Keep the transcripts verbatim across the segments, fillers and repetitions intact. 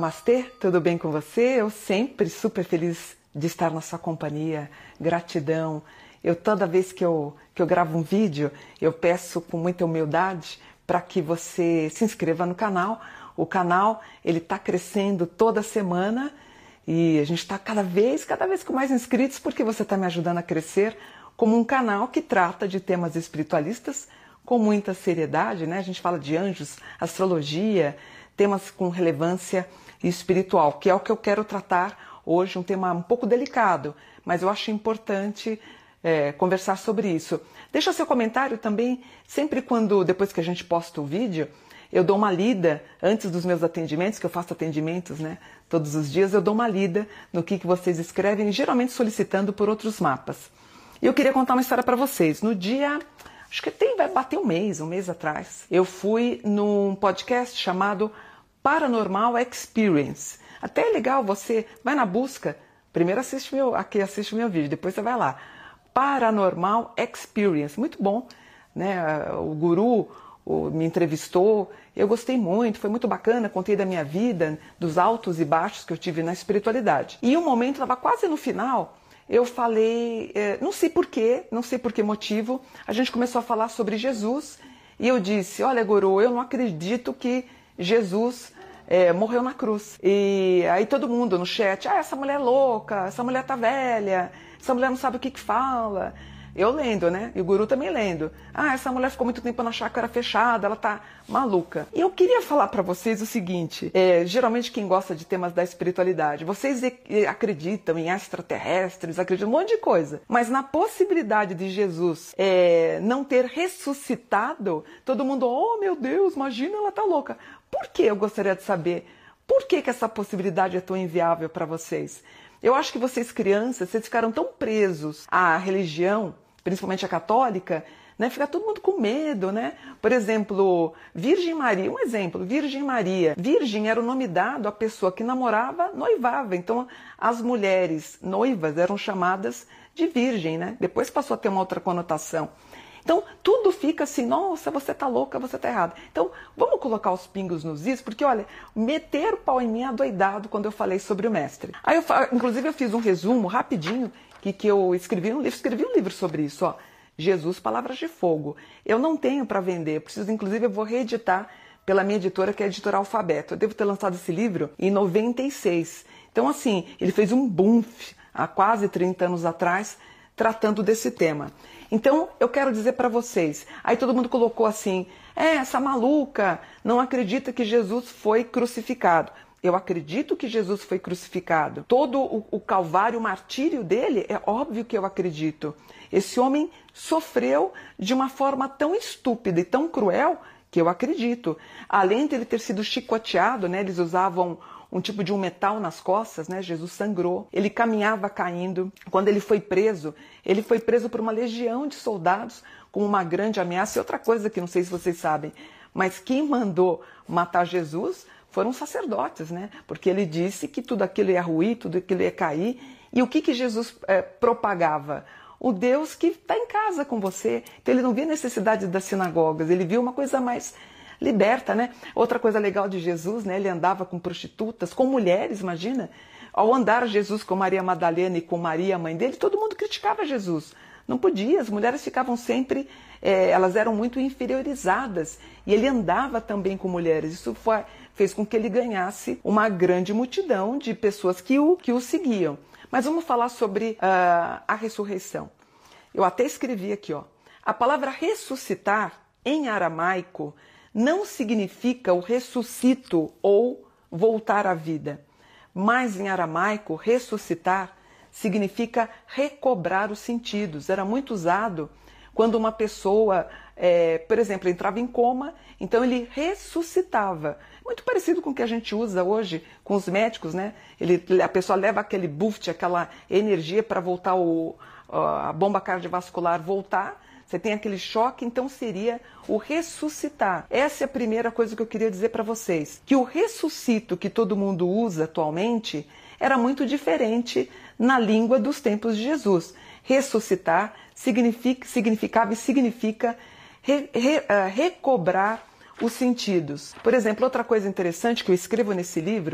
Namastê, tudo bem com você? Eu sempre super feliz de estar na sua companhia, gratidão. Eu toda vez que eu, que eu gravo um vídeo, eu peço com muita humildade para que você se inscreva no canal. O canal ele está crescendo toda semana e a gente está cada vez, cada vez com mais inscritos porque você está me ajudando a crescer como um canal que trata de temas espiritualistas com muita seriedade, né? A gente fala de anjos, astrologia, temas com relevância espiritual, que é o que eu quero tratar hoje, um tema um pouco delicado, mas eu acho importante é, conversar sobre isso. Deixa seu comentário também, sempre quando, depois que a gente posta o vídeo, eu dou uma lida, antes dos meus atendimentos, que eu faço atendimentos, né, todos os dias, eu dou uma lida no que, que vocês escrevem, geralmente solicitando por outros mapas. E eu queria contar uma história para vocês. No dia, acho que tem, vai bater um mês, um mês atrás, eu fui num podcast chamado Paranormal Experience. Até é legal, você vai na busca, primeiro assiste meu, aqui assiste o meu vídeo, depois você vai lá. Paranormal Experience, muito bom, né? O guru o, me entrevistou, eu gostei muito, foi muito bacana, contei da minha vida, dos altos e baixos que eu tive na espiritualidade. E um momento, estava quase no final, eu falei, eh, não sei porquê, não sei por que motivo, a gente começou a falar sobre Jesus e eu disse, olha guru, eu não acredito que Jesus É, morreu na cruz. E aí todo mundo no chat, ah, essa mulher é louca, essa mulher tá velha, essa mulher não sabe o que que fala. Eu lendo, né? E o guru também lendo. Ah, essa mulher ficou muito tempo na chácara fechada, ela tá maluca. E eu queria falar pra vocês o seguinte, é, geralmente quem gosta de temas da espiritualidade, vocês acreditam em extraterrestres, acreditam em um monte de coisa, mas na possibilidade de Jesus é, não ter ressuscitado, todo mundo, oh meu Deus, imagina, ela tá louca. Por que eu gostaria de saber? Por que que essa possibilidade é tão inviável para vocês? Eu acho que vocês crianças, vocês ficaram tão presos à religião, principalmente a católica, né? Fica todo mundo com medo, né? Por exemplo, Virgem Maria, um exemplo, Virgem Maria. Virgem era o nome dado à pessoa que namorava, noivava. Então, as mulheres noivas eram chamadas de virgem, né? Depois passou a ter uma outra conotação. Então, tudo fica assim, nossa, você tá louca, você tá errada. Então, vamos colocar os pingos nos is, porque, olha, meter o pau em mim é adoidado quando eu falei sobre o mestre. Aí, eu, inclusive, eu fiz um resumo rapidinho, que, que eu escrevi um livro, escrevi um livro sobre isso, ó. Jesus, Palavras de Fogo. Eu não tenho para vender, preciso, inclusive, eu vou reeditar pela minha editora, que é a Editora Alfabeto. Eu devo ter lançado esse livro em noventa e seis. Então, assim, ele fez um boom há quase trinta anos atrás, tratando desse tema. Então, eu quero dizer para vocês, aí todo mundo colocou assim, é, essa maluca não acredita que Jesus foi crucificado. Eu acredito que Jesus foi crucificado. Todo o, o calvário, o martírio dele, é óbvio que eu acredito. Esse homem sofreu de uma forma tão estúpida e tão cruel que eu acredito. Além de ele ter sido chicoteado, né, eles usavam um tipo de um metal nas costas, né? Jesus sangrou, ele caminhava caindo. Quando ele foi preso, ele foi preso por uma legião de soldados com uma grande ameaça. E outra coisa que não sei se vocês sabem, mas quem mandou matar Jesus foram os sacerdotes, né? Porque ele disse que tudo aquilo ia ruir, tudo aquilo ia cair. E o que, que Jesus é, propagava? O Deus que está em casa com você. Então ele não via necessidade das sinagogas, ele viu uma coisa mais liberta, né? Outra coisa legal de Jesus, né? Ele andava com prostitutas, com mulheres, imagina. Ao andar Jesus com Maria Madalena e com Maria, a mãe dele, todo mundo criticava Jesus. Não podia, as mulheres ficavam sempre, é, elas eram muito inferiorizadas. E ele andava também com mulheres. Isso foi, fez com que ele ganhasse uma grande multidão de pessoas que o, que o seguiam. Mas vamos falar sobre uh, a ressurreição. Eu até escrevi aqui, ó. A palavra ressuscitar, em aramaico, não significa o ressuscito ou voltar à vida. Mas em aramaico, ressuscitar significa recobrar os sentidos. Era muito usado quando uma pessoa, é, por exemplo, entrava em coma, então ele ressuscitava. Muito parecido com o que a gente usa hoje com os médicos, né? Ele, a pessoa leva aquele boost, aquela energia para voltar o, a bomba cardiovascular voltar. Você tem aquele choque, então seria o ressuscitar. Essa é a primeira coisa que eu queria dizer para vocês. Que o ressuscito que todo mundo usa atualmente era muito diferente na língua dos tempos de Jesus. Ressuscitar significa, significava e significa re, re, uh, recobrar os sentidos. Por exemplo, outra coisa interessante que eu escrevo nesse livro,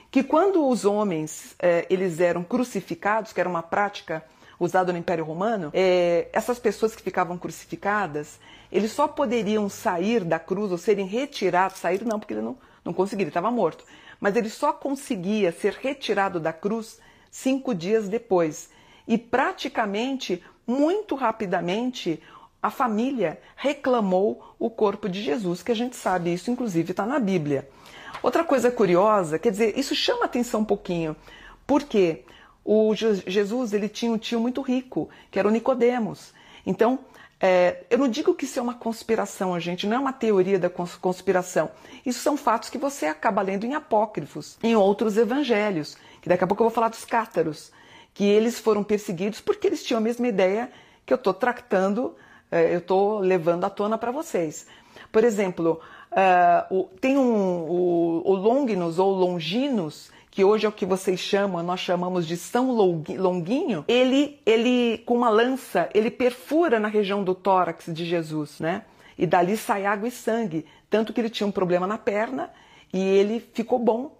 que quando os homens eh, eles eram crucificados, que era uma prática usada no Império Romano, eh, essas pessoas que ficavam crucificadas, eles só poderiam sair da cruz ou serem retirados, sair não, porque ele não, não conseguia, ele estava morto, mas ele só conseguia ser retirado da cruz cinco dias depois. E praticamente, muito rapidamente, a família reclamou o corpo de Jesus, que a gente sabe, isso inclusive está na Bíblia. Outra coisa curiosa, quer dizer, isso chama atenção um pouquinho, porque o Jesus ele tinha um tio muito rico, que era o Nicodemos. Então, é, eu não digo que isso é uma conspiração, gente, não é uma teoria da conspiração. Isso são fatos que você acaba lendo em apócrifos, em outros evangelhos, que daqui a pouco eu vou falar dos cátaros, que eles foram perseguidos porque eles tinham a mesma ideia que eu estou tratando, é, eu estou levando à tona para vocês. Por exemplo, uh, o, tem um, o, o Longinus ou Longinus, que hoje é o que vocês chamam, nós chamamos de São Longuinho, ele, ele com uma lança, ele perfura na região do tórax de Jesus, né? E dali sai água e sangue, tanto que ele tinha um problema na perna e ele ficou bom.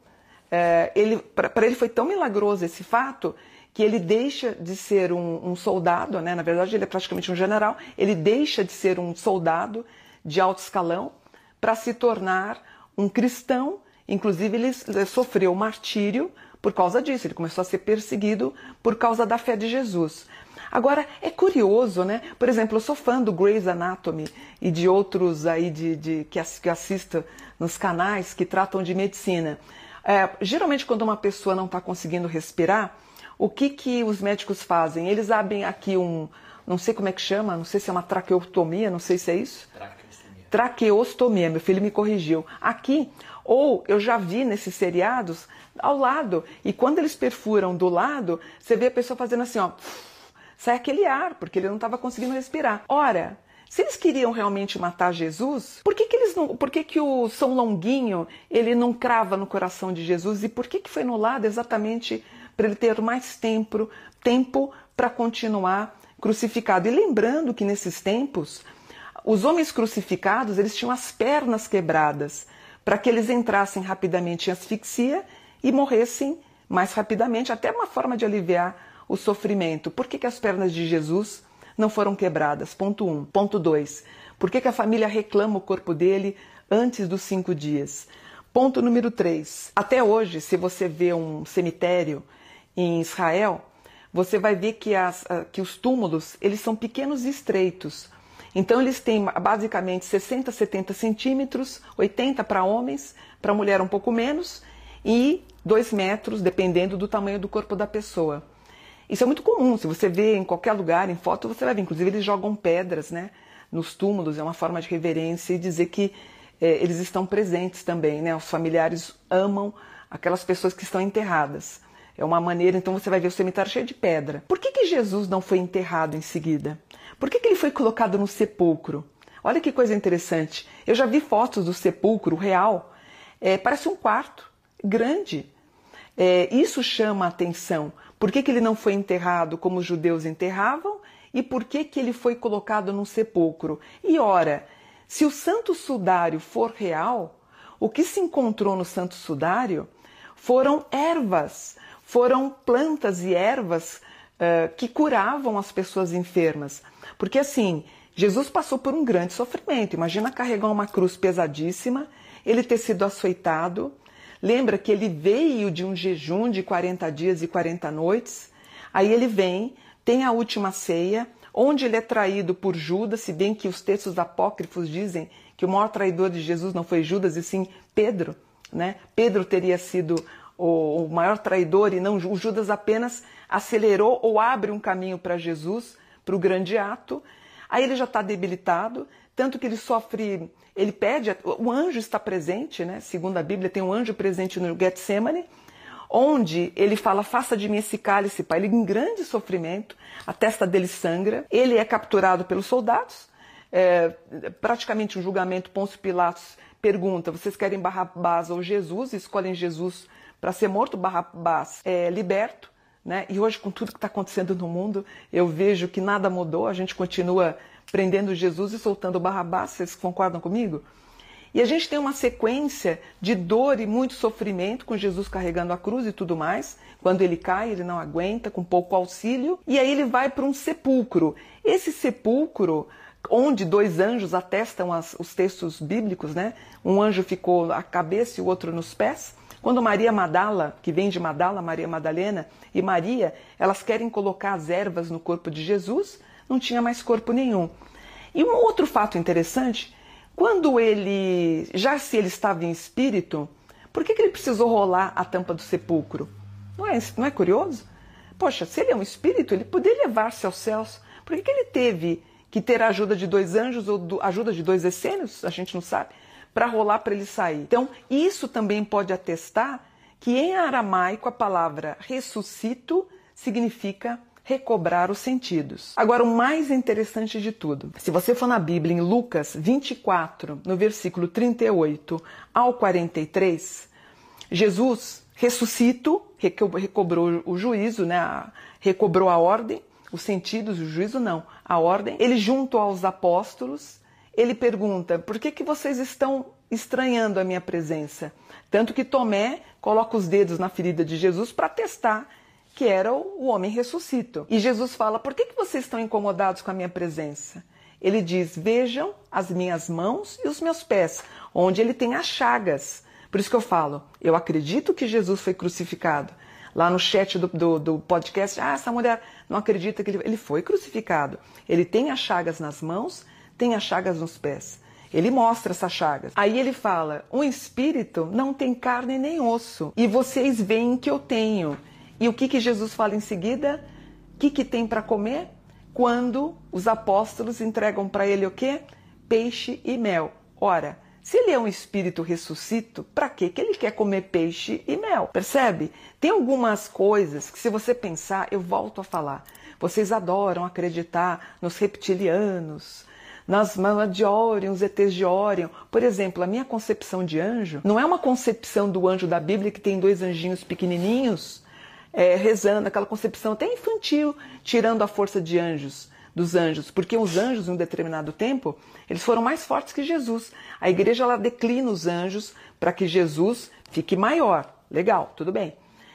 É, ele, para ele foi tão milagroso esse fato que ele deixa de ser um, um soldado, né? Na verdade ele é praticamente um general, ele deixa de ser um soldado de alto escalão para se tornar um cristão. Inclusive ele sofreu martírio por causa disso, ele começou a ser perseguido por causa da fé de Jesus. Agora, é curioso, né? Por exemplo, eu sou fã do Grey's Anatomy e de outros aí de, de, que, que assisto nos canais que tratam de medicina. É, geralmente quando uma pessoa não está conseguindo respirar, o que, que os médicos fazem? Eles abrem aqui um, não sei como é que chama, não sei se é uma traqueotomia, não sei se é isso. Traqueostomia. Traqueostomia, meu filho me corrigiu. Aqui, ou eu já vi nesses seriados, ao lado, e quando eles perfuram do lado, você vê a pessoa fazendo assim, ó, sai aquele ar, porque ele não estava conseguindo respirar. Ora, se eles queriam realmente matar Jesus, por que que eles não, por que que o São Longuinho, ele não crava no coração de Jesus, e por que que foi no lado exatamente para ele ter mais tempo, tempo para continuar crucificado? E lembrando que nesses tempos, os homens crucificados, eles tinham as pernas quebradas, para que eles entrassem rapidamente em asfixia e morressem mais rapidamente, até uma forma de aliviar o sofrimento. Por que que as pernas de Jesus não foram quebradas? Ponto um. Ponto dois. Por que que a família reclama o corpo dele antes dos cinco dias? Ponto número três. Até hoje, se você vê um cemitério em Israel, você vai ver que, as, que os túmulos eles são pequenos e estreitos. Então eles têm basicamente sessenta, setenta centímetros, oitenta para homens, para mulher um pouco menos, e dois metros, dependendo do tamanho do corpo da pessoa. Isso é muito comum, se você vê em qualquer lugar, em foto, você vai ver. Inclusive eles jogam pedras, né, nos túmulos, é uma forma de reverência e dizer que é, eles estão presentes também, né? Os familiares amam aquelas pessoas que estão enterradas. É uma maneira, então você vai ver o cemitério cheio de pedra. Por que que Jesus não foi enterrado em seguida? Por que que ele foi colocado no sepulcro? Olha que coisa interessante. Eu já vi fotos do sepulcro real. É, parece um quarto grande. É, isso chama a atenção. Por que que ele não foi enterrado como os judeus enterravam? E por que que ele foi colocado num sepulcro? E ora, se o Santo Sudário for real, o que se encontrou no Santo Sudário foram ervas, foram plantas e ervas uh, que curavam as pessoas enfermas. Porque assim, Jesus passou por um grande sofrimento. Imagina carregar uma cruz pesadíssima, ele ter sido açoitado. Lembra que ele veio de um jejum de quarenta dias e quarenta noites. Aí ele vem, tem a última ceia, onde ele é traído por Judas, se bem que os textos apócrifos dizem que o maior traidor de Jesus não foi Judas, e sim Pedro, né? Pedro teria sido o maior traidor e não o Judas, apenas acelerou ou abre um caminho para Jesus, para o grande ato. Aí ele já está debilitado, tanto que ele sofre, ele pede, o anjo está presente, né? Segundo a Bíblia, tem um anjo presente no Getsemane, onde ele fala, faça de mim esse cálice, Pai. Ele em grande sofrimento, a testa dele sangra, ele é capturado pelos soldados, é, praticamente um julgamento. Pôncio Pilatos pergunta, vocês querem Barrabás ou Jesus? Escolhem Jesus para ser morto, Barrabás é liberto. Né? E hoje, com tudo que está acontecendo no mundo, eu vejo que nada mudou, a gente continua prendendo Jesus e soltando Barrabás, vocês concordam comigo? E a gente tem uma sequência de dor e muito sofrimento, com Jesus carregando a cruz e tudo mais. Quando ele cai, ele não aguenta, com pouco auxílio. E aí ele vai para um sepulcro. Esse sepulcro, onde dois anjos atestam as, os textos bíblicos, né? Um anjo ficou à cabeça e o outro nos pés. Quando Maria Madala, que vem de Madala, Maria Madalena, e Maria, elas querem colocar as ervas no corpo de Jesus, não tinha mais corpo nenhum. E um outro fato interessante, quando ele, já se ele estava em espírito, por que, que ele precisou rolar a tampa do sepulcro? Não é, não é curioso? Poxa, se ele é um espírito, ele poderia levar-se aos céus. Por que, que ele teve que ter a ajuda de dois anjos ou a ajuda de dois essênios? A gente não sabe. Para rolar para ele sair. Então, isso também pode atestar que em aramaico a palavra ressuscito significa recobrar os sentidos. Agora, o mais interessante de tudo, se você for na Bíblia, em Lucas vinte e quatro, no versículo trinta e oito ao quarenta e três, Jesus ressuscito, recobrou o juízo, né? Recobrou a ordem, os sentidos, o juízo não, a ordem. Ele junto aos apóstolos, ele pergunta, por que, que vocês estão estranhando a minha presença? Tanto que Tomé coloca os dedos na ferida de Jesus para testar que era o homem ressuscito. E Jesus fala, por que, que vocês estão incomodados com a minha presença? Ele diz, vejam as minhas mãos e os meus pés, onde ele tem as chagas. Por isso que eu falo, eu acredito que Jesus foi crucificado. Lá no chat do, do, do podcast, ah, essa mulher não acredita que ele, ele foi crucificado. Ele tem as chagas nas mãos, tem as chagas nos pés. Ele mostra essas chagas. Aí ele fala, um espírito não tem carne nem osso, e vocês veem que eu tenho. E o que, que Jesus fala em seguida? O que, que tem para comer? Quando os apóstolos entregam para ele o quê? Peixe e mel. Ora, se ele é um espírito ressuscito, para que ele quer comer peixe e mel? Percebe? Tem algumas coisas que, se você pensar, eu volto a falar. Vocês adoram acreditar nos reptilianos, nas manas de Órion, os E Tês de Órion. Por exemplo, a minha concepção de anjo não é uma concepção do anjo da Bíblia que tem dois anjinhos pequenininhos, É, rezando, aquela concepção até infantil, tirando a força de anjos, dos anjos, porque os anjos, em um determinado tempo, eles foram mais fortes que Jesus. A igreja, ela declina os anjos para que Jesus fique maior. Legal, tudo bem.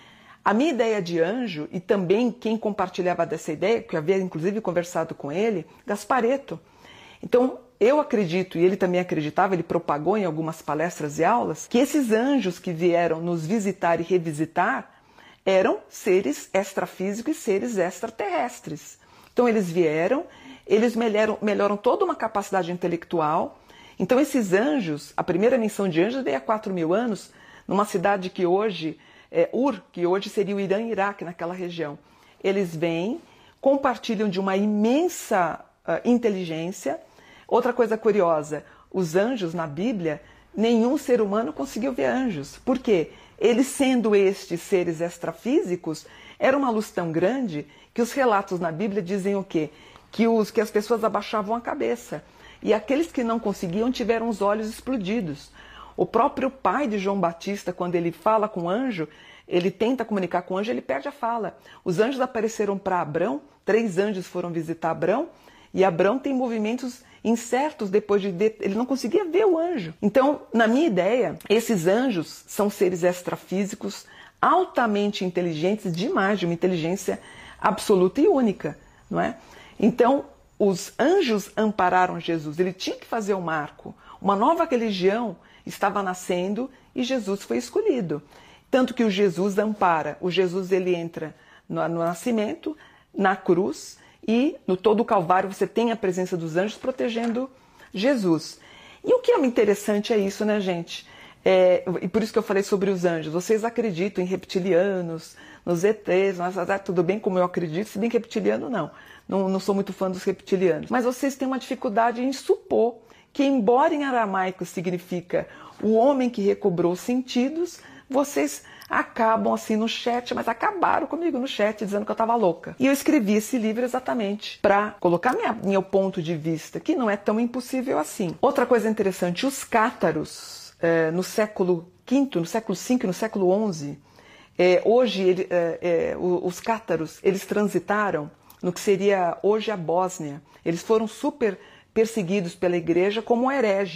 A minha ideia de anjo, e também quem compartilhava dessa ideia, que eu havia inclusive conversado com ele, Gasparetto. Então, eu acredito, e ele também acreditava, ele propagou em algumas palestras e aulas, que esses anjos que vieram nos visitar e revisitar eram seres extrafísicos e seres extraterrestres. Então eles vieram, eles melhoram, melhoram toda uma capacidade intelectual. Então esses anjos, a primeira menção de anjos veio há quatro mil anos, numa cidade que hoje, é Ur, que hoje seria o Irã e Iraque, naquela região. Eles vêm, compartilham de uma imensa uh, inteligência. Outra coisa curiosa, os anjos na Bíblia, nenhum ser humano conseguiu ver anjos. Por quê? Eles, sendo estes seres extrafísicos, era uma luz tão grande que os relatos na Bíblia dizem o quê? Que, os, que as pessoas abaixavam a cabeça. E aqueles que não conseguiam tiveram os olhos explodidos. O próprio pai de João Batista, quando ele fala com o anjo, ele tenta comunicar com o anjo, ele perde a fala. Os anjos apareceram para Abrão, três anjos foram visitar Abrão, e Abrão tem movimentos incertos depois de... Ele não conseguia ver o anjo. Então, na minha ideia, esses anjos são seres extrafísicos, altamente inteligentes, demais, de uma inteligência absoluta e única, não é? Então, os anjos ampararam Jesus. Ele tinha que fazer um marco. Uma nova religião estava nascendo e Jesus foi escolhido. Tanto que o Jesus ampara. O Jesus, ele entra no, no nascimento, na cruz, e no todo o Calvário você tem a presença dos anjos protegendo Jesus. E o que é interessante é isso, né, gente? É, e por isso que eu falei sobre os anjos. Vocês acreditam em reptilianos, nos E Tês, mas, ah, tudo bem como eu acredito, se bem que reptiliano não. não. Não sou muito fã dos reptilianos. Mas vocês têm uma dificuldade em supor que, embora em aramaico significa o homem que recobrou os sentidos, vocês acabam assim no chat, mas acabaram comigo no chat dizendo que eu estava louca. E eu escrevi esse livro exatamente para colocar minha, meu ponto de vista, que não é tão impossível assim. Outra coisa interessante, os cátaros, é, no século quinto, no século cinco, no século onze, é, hoje ele, é, é, os cátaros, eles transitaram no que seria hoje a Bósnia. Eles foram super perseguidos pela igreja como hereges.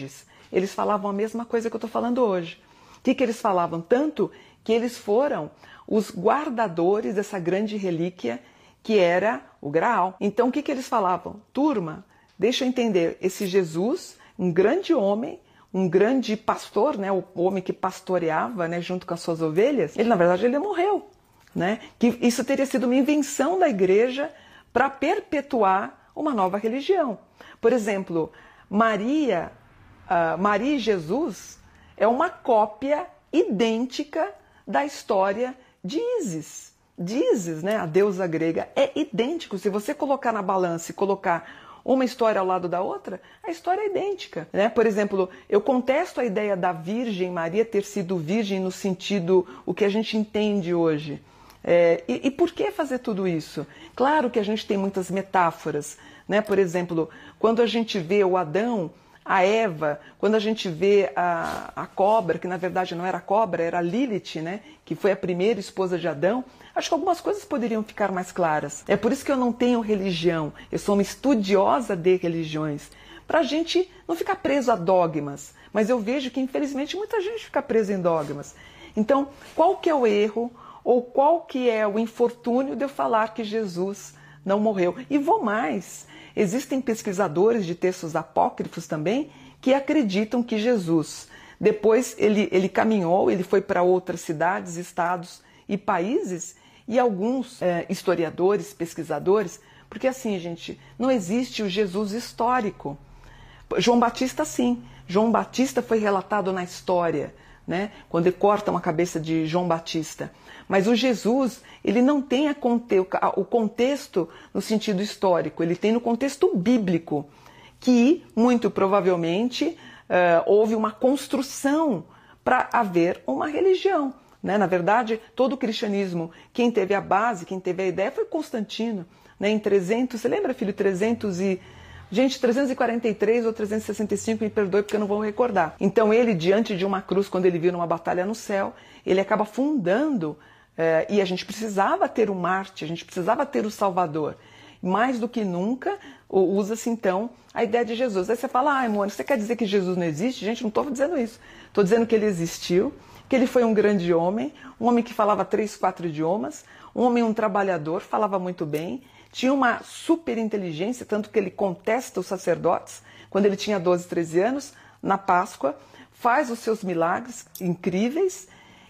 eles falavam a mesma coisa que eu estou falando hoje. O que, que eles falavam? Tanto que eles foram os guardadores dessa grande relíquia que era o Graal. Então o que, que eles falavam? Turma, deixa eu entender, esse Jesus, um grande homem, um grande pastor, né, o homem que pastoreava, né, junto com as suas ovelhas, ele na verdade ele morreu. Né? Que isso teria sido uma invenção da igreja para perpetuar uma nova religião. Por exemplo, Maria, uh, Maria e Jesus é uma cópia idêntica da história de Ísis. De Ísis, né, a deusa grega, é idêntico. Se você colocar na balança e colocar uma história ao lado da outra, a história é idêntica. Né? Por exemplo, eu contesto a ideia da Virgem Maria ter sido virgem no sentido o que a gente entende hoje. É, e, e por que fazer tudo isso? Claro que a gente tem muitas metáforas, né? Por exemplo, quando a gente vê o Adão, a Eva, quando a gente vê a, a cobra, que na verdade não era cobra, era Lilith, né? Que foi a primeira esposa de Adão, acho que algumas coisas poderiam ficar mais claras. É por isso que eu não tenho religião, eu sou uma estudiosa de religiões, para a gente não ficar preso a dogmas, mas eu vejo que infelizmente muita gente fica presa em dogmas. Então, qual que é o erro? Ou qual que é o infortúnio de eu falar que Jesus não morreu? E vou mais, existem pesquisadores de textos apócrifos também que acreditam que Jesus, depois ele, ele caminhou, ele foi para outras cidades, estados e países, e alguns é, historiadores, pesquisadores, porque assim, gente, não existe o Jesus histórico. João Batista sim, João Batista foi relatado na história, né? Quando ele corta uma cabeça de João Batista. Mas o Jesus, ele não tem a conte- o contexto no sentido histórico, ele tem no contexto bíblico, que muito provavelmente uh, houve uma construção para haver uma religião. Né? Na verdade, todo o cristianismo, quem teve a base, quem teve a ideia foi Constantino. Né? Em trezentos, você lembra, filho, trezentos e... Gente, trezentos e quarenta e três ou trezentos e sessenta e cinco, me perdoe porque eu não vou recordar. Então ele, diante de uma cruz, quando ele viu numa batalha no céu, ele acaba fundando, eh, e a gente precisava ter o Marte, a gente precisava ter o Salvador. Mais do que nunca, usa-se então a ideia de Jesus. Aí você fala, ai, Mônica, você quer dizer que Jesus não existe? Gente, não estou dizendo isso. Estou dizendo que ele existiu, que ele foi um grande homem, um homem que falava três, quatro idiomas, um homem, um trabalhador, falava muito bem, tinha uma super inteligência, tanto que ele contesta os sacerdotes, quando ele tinha doze, treze anos, na Páscoa, faz os seus milagres incríveis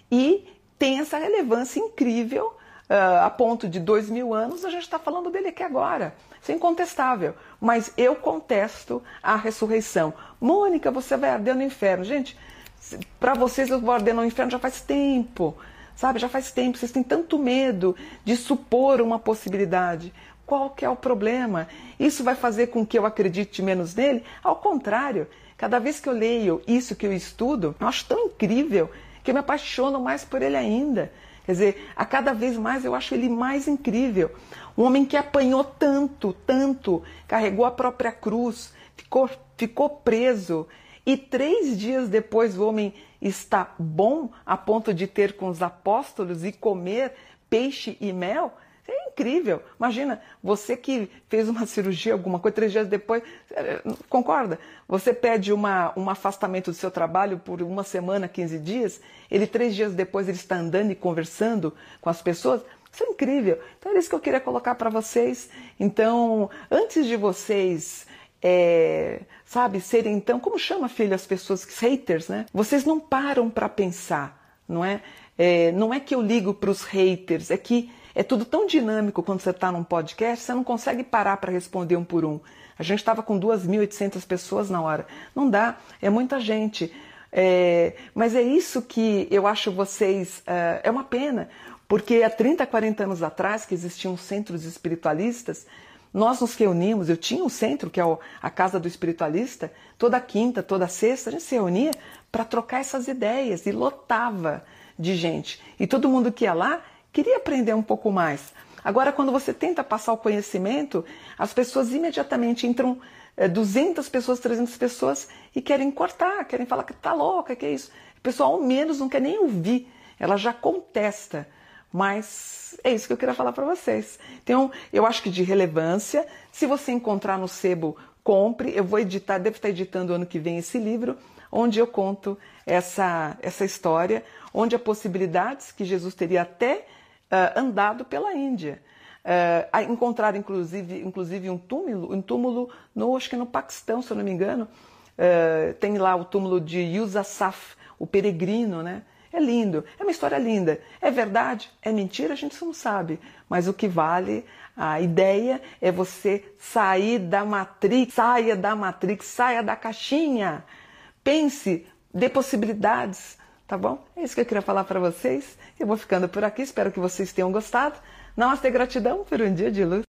e tem essa relevância incrível, uh, a ponto de dois mil anos, a gente está falando dele aqui agora. Isso é incontestável. Mas eu contesto a ressurreição. Mônica, você vai arder no inferno. Gente, para vocês eu vou arder no inferno já faz tempo. Sabe, já faz tempo, vocês têm tanto medo de supor uma possibilidade. Qual que é o problema? Isso vai fazer com que eu acredite menos nele? Ao contrário, cada vez que eu leio isso que eu estudo, eu acho tão incrível que eu me apaixono mais por ele ainda. Quer dizer, a cada vez mais eu acho ele mais incrível. Um homem que apanhou tanto, tanto, carregou a própria cruz, ficou, ficou preso. E três dias depois o homem está bom a ponto de ter com os apóstolos e comer peixe e mel. É incrível. Imagina, você que fez uma cirurgia, alguma coisa, três dias depois, concorda? Você pede uma, um afastamento do seu trabalho por uma semana, quinze dias, ele três dias depois ele está andando e conversando com as pessoas. Isso é incrível. Então é isso que eu queria colocar para vocês. Então, antes de vocês... É, sabe, serem então, como chama, filho, as pessoas, haters, né? Vocês não param para pensar, não é? é? Não é que eu ligo para os haters, é que é tudo tão dinâmico quando você está num podcast, você não consegue parar para responder um por um. A gente estava com duas mil e oitocentas pessoas na hora. Não dá, é muita gente. É, mas é isso que eu acho vocês, é, é uma pena, porque há trinta, quarenta anos atrás, que existiam centros espiritualistas, nós nos reunimos, eu tinha um centro, que é a Casa do Espiritualista, toda quinta, toda sexta, a gente se reunia para trocar essas ideias e lotava de gente. E todo mundo que ia lá queria aprender um pouco mais. Agora, quando você tenta passar o conhecimento, as pessoas imediatamente entram, é, duzentas pessoas, trezentas pessoas e querem cortar, querem falar que tá louca, que é isso. O pessoal ao menos não quer nem ouvir, ela já contesta. Mas é isso que eu queria falar para vocês. Então, eu acho que de relevância, se você encontrar no sebo, compre. Eu vou editar, devo estar editando ano que vem esse livro, onde eu conto essa, essa história, onde há possibilidades que Jesus teria até uh, andado pela Índia. Uh, encontrar inclusive, inclusive um túmulo, um túmulo no, acho que no Paquistão, se eu não me engano, uh, tem lá o túmulo de Yusuf, o peregrino, né? É lindo, é uma história linda. É verdade? É mentira? A gente não sabe. Mas o que vale, a ideia é você sair da matrix, saia da matrix, saia da caixinha. Pense, dê possibilidades, tá bom? É isso que eu queria falar para vocês. Eu vou ficando por aqui, espero que vocês tenham gostado. Namastê, gratidão por um dia de luz.